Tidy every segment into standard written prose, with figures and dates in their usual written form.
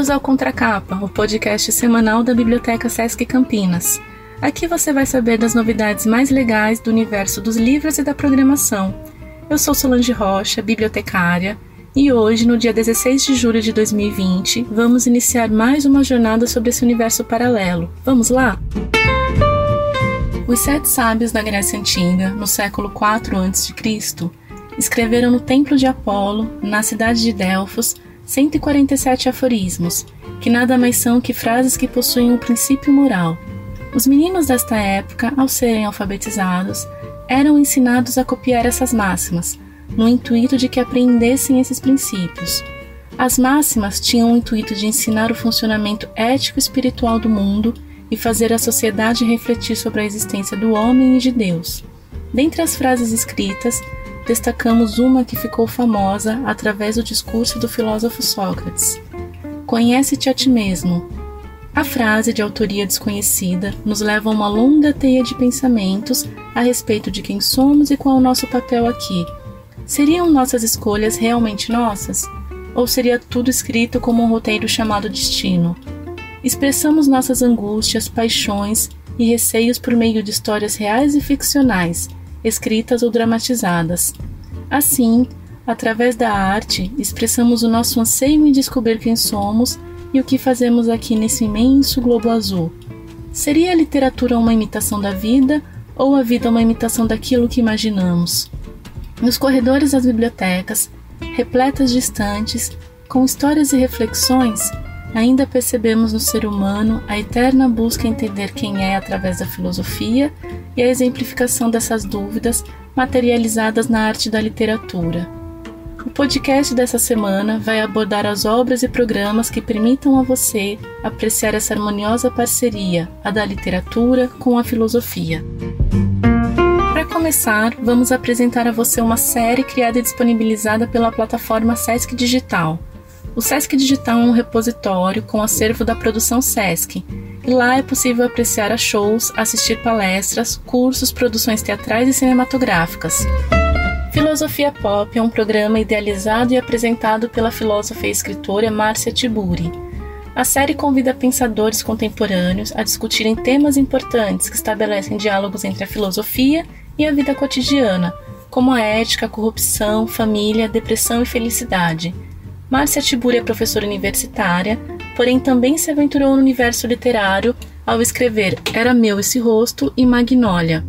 Bem-vindos ao Contracapa, o podcast semanal da Biblioteca Sesc Campinas. Aqui você vai saber das novidades mais legais do universo dos livros e da programação. Eu sou Solange Rocha, bibliotecária, e hoje, no dia 16 de julho de 2020, vamos iniciar mais uma jornada sobre esse universo paralelo. Vamos lá? Os 7 sábios da Grécia Antiga, no século IV a.C., escreveram no Templo de Apolo, na cidade de Delfos, 147 aforismos, que nada mais são que frases que possuem um princípio moral. Os meninos desta época, ao serem alfabetizados, eram ensinados a copiar essas máximas, no intuito de que aprendessem esses princípios. As máximas tinham o intuito de ensinar o funcionamento ético-espiritual do mundo e fazer a sociedade refletir sobre a existência do homem e de Deus. Dentre as frases escritas, destacamos uma que ficou famosa através do discurso do filósofo Sócrates: "Conhece-te a ti mesmo." A frase, de autoria desconhecida, nos leva a uma longa teia de pensamentos a respeito de quem somos e qual é o nosso papel aqui. Seriam nossas escolhas realmente nossas? Ou seria tudo escrito como um roteiro chamado destino? Expressamos nossas angústias, paixões e receios por meio de histórias reais e ficcionais, escritas ou dramatizadas. Assim, através da arte, expressamos o nosso anseio em descobrir quem somos e o que fazemos aqui nesse imenso globo azul. Seria a literatura uma imitação da vida ou a vida uma imitação daquilo que imaginamos? Nos corredores das bibliotecas, repletas de estantes, com histórias e reflexões, ainda percebemos no ser humano a eterna busca em entender quem é através da filosofia e a exemplificação dessas dúvidas materializadas na arte da literatura. O podcast dessa semana vai abordar as obras e programas que permitam a você apreciar essa harmoniosa parceria, a da literatura com a filosofia. Para começar, vamos apresentar a você uma série criada e disponibilizada pela plataforma Sesc Digital. O Sesc Digital é um repositório com acervo da produção Sesc, e lá é possível apreciar shows, assistir palestras, cursos, produções teatrais e cinematográficas. Filosofia Pop é um programa idealizado e apresentado pela filósofa e escritora Márcia Tiburi. A série convida pensadores contemporâneos a discutirem temas importantes que estabelecem diálogos entre a filosofia e a vida cotidiana, como a ética, a corrupção, família, depressão e felicidade. Márcia Tiburi é professora universitária, porém também se aventurou no universo literário ao escrever Era Meu Esse Rosto e Magnólia.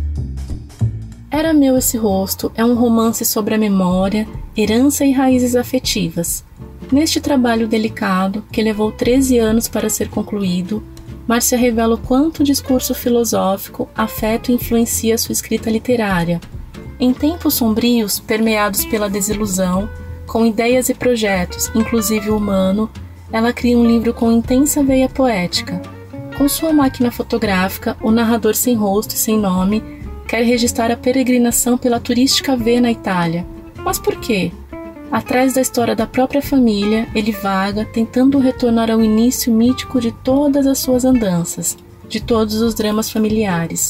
Era Meu Esse Rosto é um romance sobre a memória, herança e raízes afetivas. Neste trabalho delicado, que levou 13 anos para ser concluído, Márcia revela o quanto o discurso filosófico afeta e influencia sua escrita literária. Em tempos sombrios, permeados pela desilusão, com ideias e projetos, inclusive o humano, ela cria um livro com intensa veia poética. Com sua máquina fotográfica, o narrador sem rosto e sem nome quer registrar a peregrinação pela turística via na Itália. Mas por quê? Atrás da história da própria família, ele vaga, tentando retornar ao início mítico de todas as suas andanças, de todos os dramas familiares.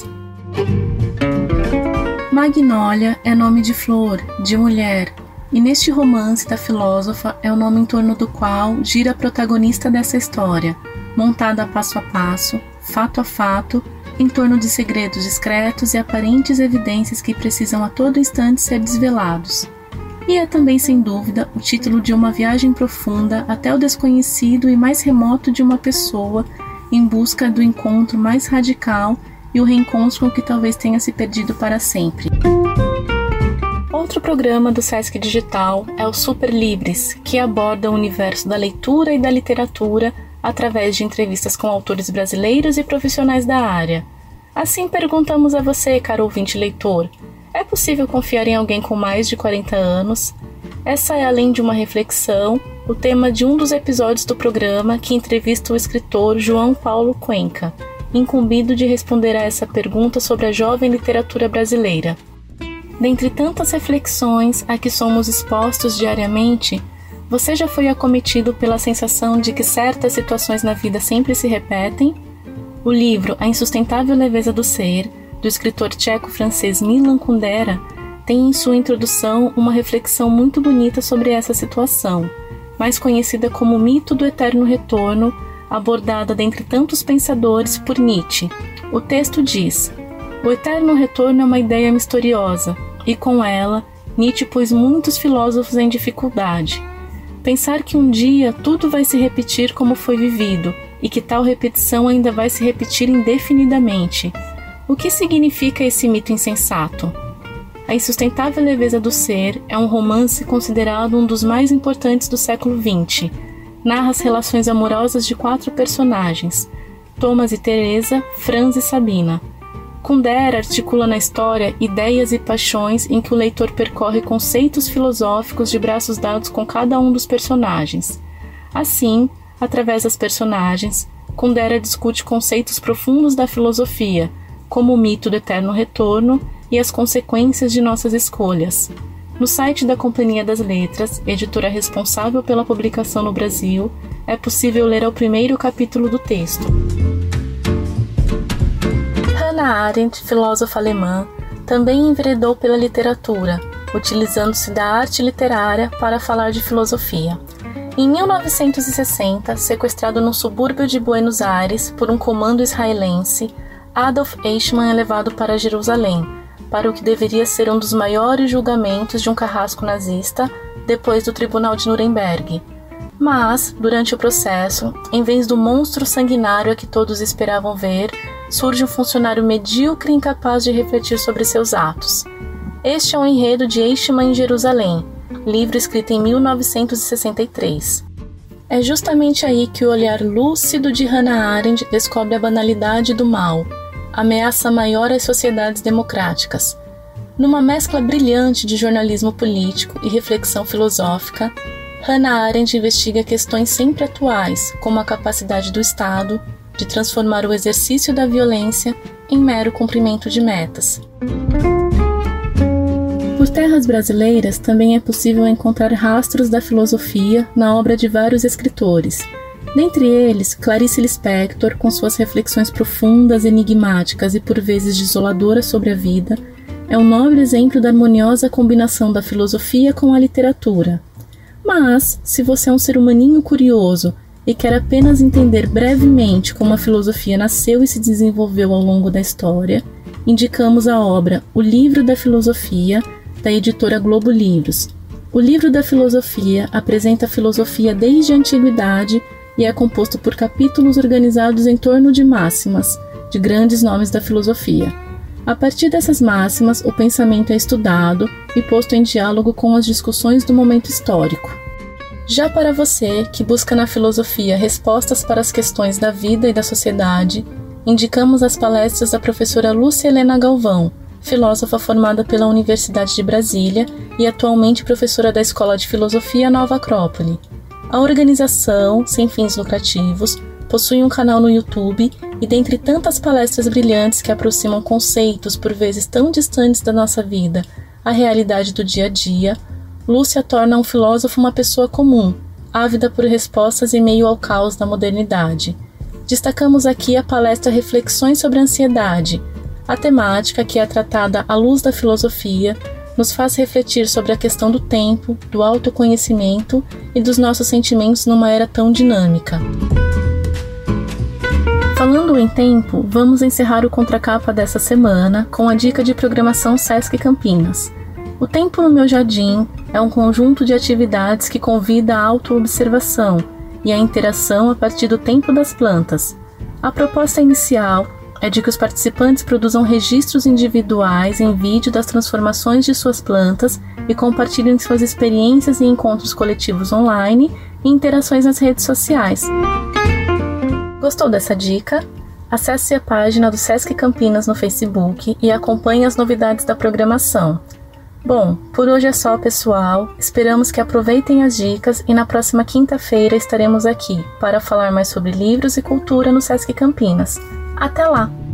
Magnólia é nome de flor, de mulher, e neste romance da filósofa é o nome em torno do qual gira a protagonista dessa história, montada passo a passo, fato a fato, em torno de segredos discretos e aparentes evidências que precisam a todo instante ser desvelados. E é também, sem dúvida, o título de uma viagem profunda até o desconhecido e mais remoto de uma pessoa em busca do encontro mais radical e o reencontro com o que talvez tenha se perdido para sempre. Outro programa do Sesc Digital é o Super Libres, que aborda o universo da leitura e da literatura através de entrevistas com autores brasileiros e profissionais da área. Assim perguntamos a você, caro ouvinte leitor, é possível confiar em alguém com mais de 40 anos? Essa é, além de uma reflexão, o tema de um dos episódios do programa que entrevista o escritor João Paulo Cuenca, incumbido de responder a essa pergunta sobre a jovem literatura brasileira. Dentre tantas reflexões a que somos expostos diariamente, você já foi acometido pela sensação de que certas situações na vida sempre se repetem? O livro A Insustentável Leveza do Ser, do escritor tcheco-francês Milan Kundera, tem em sua introdução uma reflexão muito bonita sobre essa situação. mais conhecida como Mito do Eterno Retorno, abordada dentre tantos pensadores por Nietzsche. O texto diz: o eterno retorno é uma ideia misteriosa, e com ela, Nietzsche pôs muitos filósofos em dificuldade. Pensar que um dia tudo vai se repetir como foi vivido, e que tal repetição ainda vai se repetir indefinidamente. O que significa esse mito insensato? A Insustentável Leveza do Ser é um romance considerado um dos mais importantes do século XX. Narra as relações amorosas de 4 personagens: Thomas e Teresa, Franz e Sabina. Kundera articula na história ideias e paixões em que o leitor percorre conceitos filosóficos de braços dados com cada um dos personagens. Assim, através das personagens, Kundera discute conceitos profundos da filosofia, como o mito do eterno retorno e as consequências de nossas escolhas. No site da Companhia das Letras, editora responsável pela publicação no Brasil, é possível ler o primeiro capítulo do texto. Hannah Arendt, filósofa alemã, também enveredou pela literatura, utilizando-se da arte literária para falar de filosofia. Em 1960, sequestrado no subúrbio de Buenos Aires por um comando israelense, Adolf Eichmann é levado para Jerusalém, para o que deveria ser um dos maiores julgamentos de um carrasco nazista depois do Tribunal de Nuremberg. Mas, durante o processo, em vez do monstro sanguinário a que todos esperavam ver, surge um funcionário medíocre e incapaz de refletir sobre seus atos. Este é o enredo de Eichmann em Jerusalém, livro escrito em 1963. É justamente aí que o olhar lúcido de Hannah Arendt descobre a banalidade do mal, ameaça maior às sociedades democráticas. Numa mescla brilhante de jornalismo político e reflexão filosófica, Hannah Arendt investiga questões sempre atuais, como a capacidade do Estado de transformar o exercício da violência em mero cumprimento de metas. Por terras brasileiras também é possível encontrar rastros da filosofia na obra de vários escritores. Dentre eles, Clarice Lispector, com suas reflexões profundas, enigmáticas e por vezes desoladoras sobre a vida, é um nobre exemplo da harmoniosa combinação da filosofia com a literatura. Mas, se você é um ser humaninho curioso e quer apenas entender brevemente como a filosofia nasceu e se desenvolveu ao longo da história, indicamos a obra O Livro da Filosofia, da editora Globo Livros. O Livro da Filosofia apresenta a filosofia desde a antiguidade e é composto por capítulos organizados em torno de máximas, de grandes nomes da filosofia. A partir dessas máximas, o pensamento é estudado e posto em diálogo com as discussões do momento histórico. Já para você, que busca na filosofia respostas para as questões da vida e da sociedade, indicamos as palestras da professora Lúcia Helena Galvão, filósofa formada pela Universidade de Brasília e atualmente professora da Escola de Filosofia Nova Acrópole. A organização, sem fins lucrativos, possui um canal no YouTube e, dentre tantas palestras brilhantes que aproximam conceitos por vezes tão distantes da nossa vida à realidade do dia a dia, Lúcia torna um filósofo uma pessoa comum, ávida por respostas em meio ao caos da modernidade. Destacamos aqui a palestra Reflexões sobre a Ansiedade. A temática, que é tratada à luz da filosofia, nos faz refletir sobre a questão do tempo, do autoconhecimento e dos nossos sentimentos numa era tão dinâmica. Falando em tempo, vamos encerrar o Contracapa dessa semana com a dica de programação Sesc Campinas. O Tempo no Meu Jardim é um conjunto de atividades que convida a autoobservação e a interação a partir do tempo das plantas. A proposta inicial é de que os participantes produzam registros individuais em vídeo das transformações de suas plantas e compartilhem suas experiências em encontros coletivos online e interações nas redes sociais. Gostou dessa dica? Acesse a página do Sesc Campinas no Facebook e acompanhe as novidades da programação. Bom, por hoje é só, pessoal. Esperamos que aproveitem as dicas e na próxima quinta-feira estaremos aqui para falar mais sobre livros e cultura no Sesc Campinas. Até lá!